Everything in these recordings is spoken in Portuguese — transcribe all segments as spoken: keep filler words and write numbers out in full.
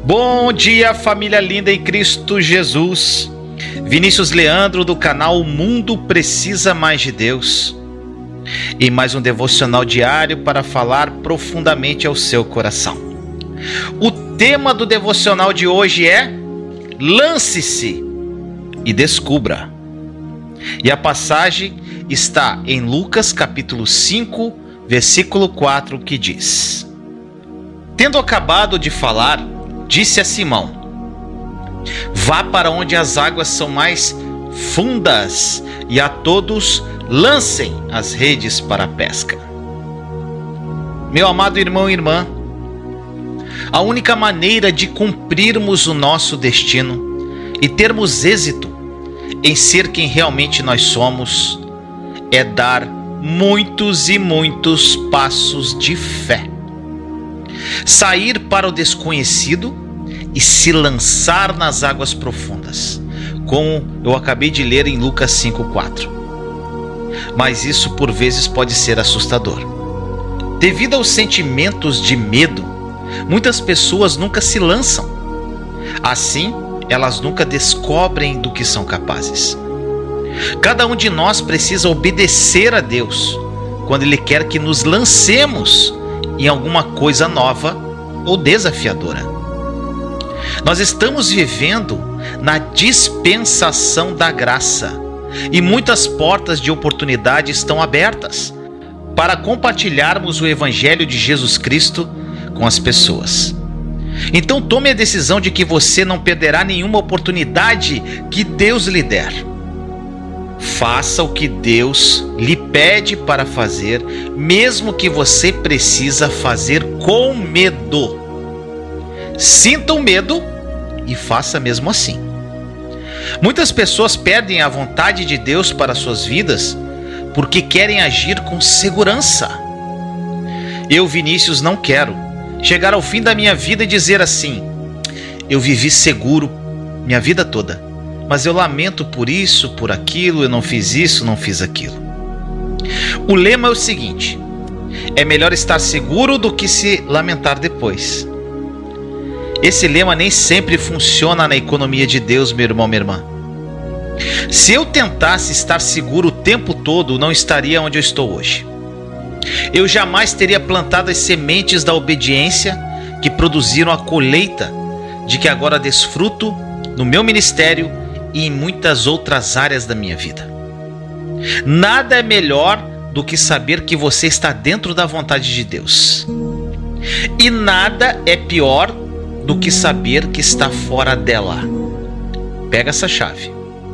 Bom dia, família linda em Cristo Jesus. Vinícius Leandro do canal O Mundo Precisa Mais de Deus. E mais um devocional diário para falar profundamente ao seu coração. O tema do devocional de hoje é Lance-se e descubra. E a passagem está em Lucas capítulo cinco, versículo quatro, que diz: Tendo acabado de falar, disse a Simão: Vá para onde as águas são mais fundas e a todos lancem as redes para a pesca. Meu amado irmão e irmã, a única maneira de cumprirmos o nosso destino e termos êxito em ser quem realmente nós somos é dar muitos e muitos passos de fé. Sair para o desconhecido e se lançar nas águas profundas, como eu acabei de ler em Lucas cinco, quatro. Mas isso por vezes pode ser assustador. Devido aos sentimentos de medo, muitas pessoas nunca se lançam. Assim, elas nunca descobrem do que são capazes. Cada um de nós precisa obedecer a Deus quando Ele quer que nos lancemos em alguma coisa nova ou desafiadora. Nós estamos vivendo na dispensação da graça e muitas portas de oportunidade estão abertas para compartilharmos o Evangelho de Jesus Cristo com as pessoas. Então tome a decisão de que você não perderá nenhuma oportunidade que Deus lhe der. Faça o que Deus lhe pede para fazer, mesmo que você precisa fazer com medo. Sinta o medo e faça mesmo assim. Muitas pessoas perdem a vontade de Deus para suas vidas porque querem agir com segurança. Eu, Vinícius, não quero chegar ao fim da minha vida e dizer assim: eu vivi seguro minha vida toda, mas eu lamento por isso, por aquilo, eu não fiz isso, não fiz aquilo. O lema é o seguinte: é melhor estar seguro do que se lamentar depois. Esse lema nem sempre funciona na economia de Deus, meu irmão, minha irmã. Se eu tentasse estar seguro o tempo todo, não estaria onde eu estou hoje. Eu jamais teria plantado as sementes da obediência que produziram a colheita de que agora desfruto no meu ministério e em muitas outras áreas da minha vida. Nada é melhor do que saber que você está dentro da vontade de Deus. E nada é pior do que saber que está fora dela. Pega essa chave.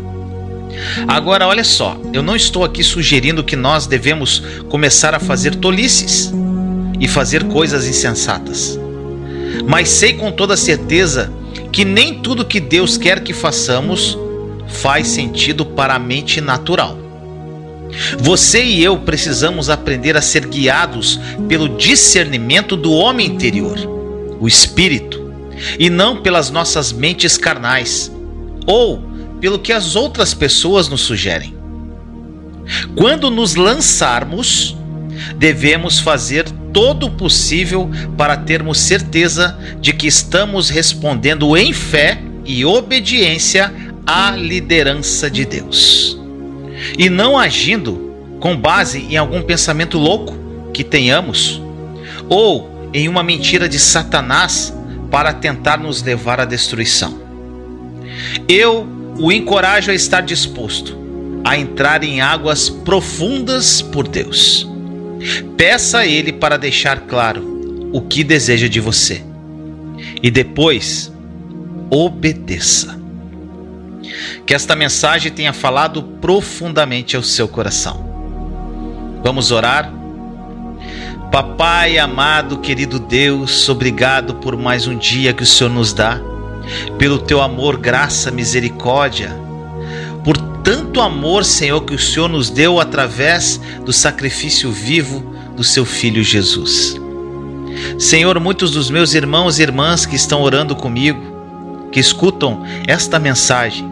Agora, olha só, eu não estou aqui sugerindo que nós devemos começar a fazer tolices e fazer coisas insensatas. Mas sei com toda certeza que nem tudo que Deus quer que façamos faz sentido para a mente natural. Você e eu precisamos aprender a ser guiados pelo discernimento do homem interior, o Espírito, e não pelas nossas mentes carnais, ou pelo que as outras pessoas nos sugerem. Quando nos lançarmos, devemos fazer todo o possível para termos certeza de que estamos respondendo em fé e obediência à liderança de Deus, e não agindo com base em algum pensamento louco que tenhamos, ou em uma mentira de Satanás para tentar nos levar à destruição. Eu o encorajo a estar disposto a entrar em águas profundas por Deus. Peça a Ele para deixar claro o que deseja de você. E depois, obedeça. Que esta mensagem tenha falado profundamente ao seu coração. Vamos orar? Papai amado, querido Deus, obrigado por mais um dia que o Senhor nos dá, pelo teu amor, graça, misericórdia, por tanto amor, Senhor, que o Senhor nos deu através do sacrifício vivo do seu Filho Jesus. Senhor, muitos dos meus irmãos e irmãs que estão orando comigo, que escutam esta mensagem,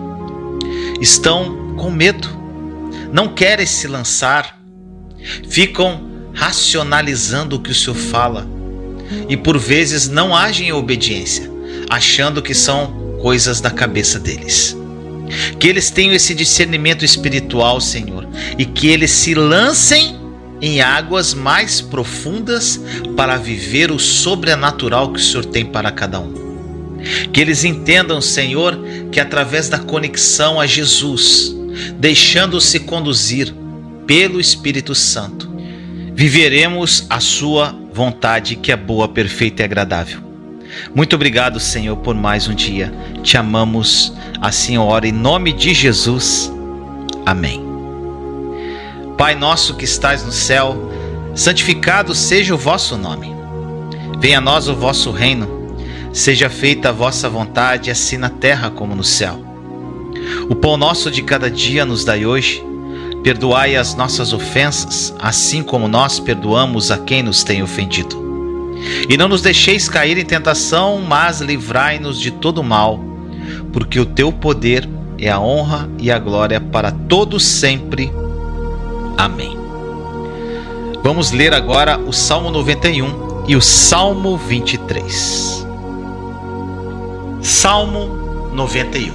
estão com medo, não querem se lançar, ficam racionalizando o que o Senhor fala e por vezes não agem em obediência, achando que são coisas da cabeça deles. Que eles tenham esse discernimento espiritual, Senhor, e que eles se lancem em águas mais profundas para viver o sobrenatural que o Senhor tem para cada um. Que eles entendam, Senhor, que através da conexão a Jesus, deixando-se conduzir pelo Espírito Santo, viveremos a sua vontade, que é boa, perfeita e agradável. Muito obrigado, Senhor, por mais um dia. Te amamos. Assim eu oro em nome de Jesus. Amém. Pai nosso que estais no céu, santificado seja o vosso nome. Venha a nós o vosso reino. Seja feita a vossa vontade, assim na terra como no céu. O pão nosso de cada dia nos dai hoje. Perdoai as nossas ofensas, assim como nós perdoamos a quem nos tem ofendido. E não nos deixeis cair em tentação, mas livrai-nos de todo mal, porque o teu poder é a honra e a glória para todos sempre. Amém. Vamos ler agora o Salmo noventa e um e o Salmo vinte e três. Salmo noventa e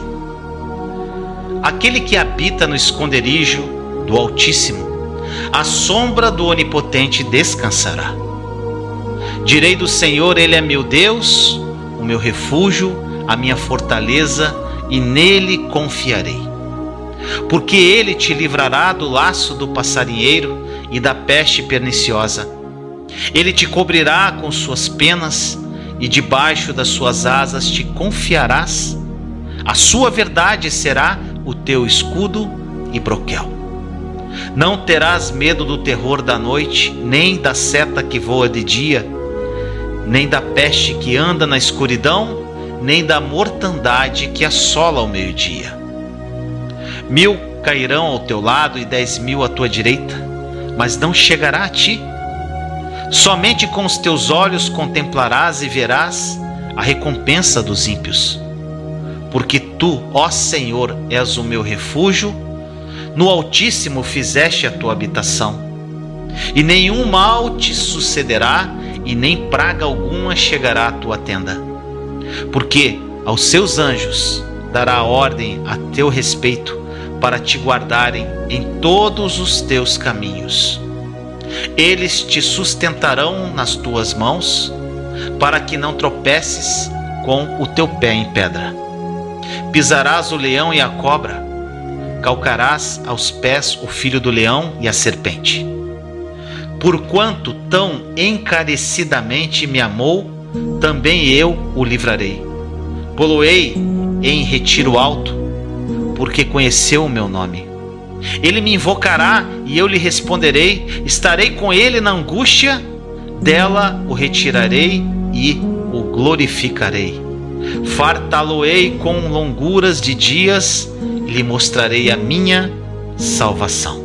um. Aquele que habita no esconderijo do Altíssimo, à sombra do Onipotente descansará. Direi do Senhor, Ele é meu Deus, o meu refúgio, a minha fortaleza, e nele confiarei. Porque Ele te livrará do laço do passarinheiro e da peste perniciosa. Ele te cobrirá com suas penas, e debaixo das suas asas te confiarás. A sua verdade será o teu escudo e broquel. Não terás medo do terror da noite, nem da seta que voa de dia, nem da peste que anda na escuridão, nem da mortandade que assola ao meio-dia. Mil cairão ao teu lado e dez mil à tua direita, mas não chegará a ti. Somente com os teus olhos contemplarás e verás a recompensa dos ímpios. Porque tu, ó Senhor, és o meu refúgio, no Altíssimo fizeste a tua habitação. E nenhum mal te sucederá, e nem praga alguma chegará à tua tenda. Porque aos seus anjos dará ordem a teu respeito, para te guardarem em todos os teus caminhos. Eles te sustentarão nas tuas mãos, para que não tropeces com o teu pé em pedra. Pisarás o leão e a cobra, calcarás aos pés o filho do leão e a serpente. Porquanto tão encarecidamente me amou, também eu o livrarei. Pô-lo-ei em retiro alto, porque conheceu o meu nome. Ele me invocará e eu lhe responderei. Estarei com ele na angústia, dela o retirarei e o glorificarei. Fartá-lo-ei com longuras de dias e lhe mostrarei a minha salvação.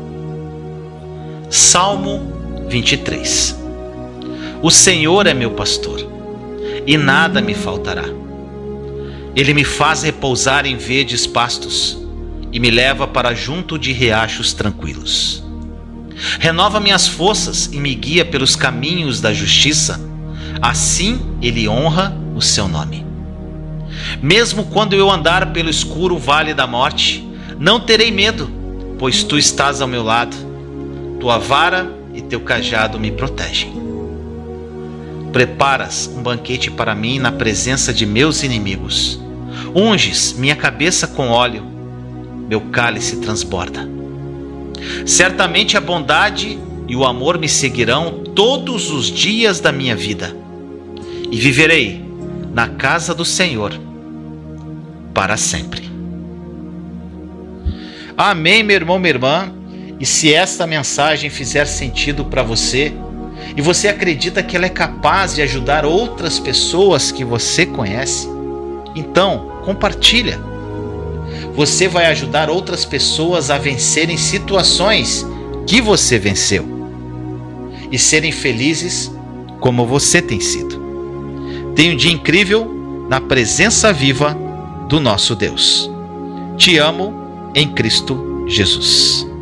Salmo vinte e três. O Senhor é meu pastor, e nada me faltará. Ele me faz repousar em verdes pastos, e me leva para junto de riachos tranquilos. Renova minhas forças e me guia pelos caminhos da justiça, assim ele honra o seu nome. Mesmo quando eu andar pelo escuro vale da morte, não terei medo, pois tu estás ao meu lado. Tua vara e teu cajado me protegem. Preparas um banquete para mim na presença de meus inimigos. Unges minha cabeça com óleo, meu cálice transborda. Certamente a bondade e o amor me seguirão todos os dias da minha vida, e viverei na casa do Senhor para sempre. Amém, meu irmão, minha irmã. E se esta mensagem fizer sentido para você, e você acredita que ela é capaz de ajudar outras pessoas que você conhece, então compartilha. Você vai ajudar outras pessoas a vencerem situações que você venceu e serem felizes como você tem sido. Tenha um dia incrível na presença viva do nosso Deus. Te amo em Cristo Jesus.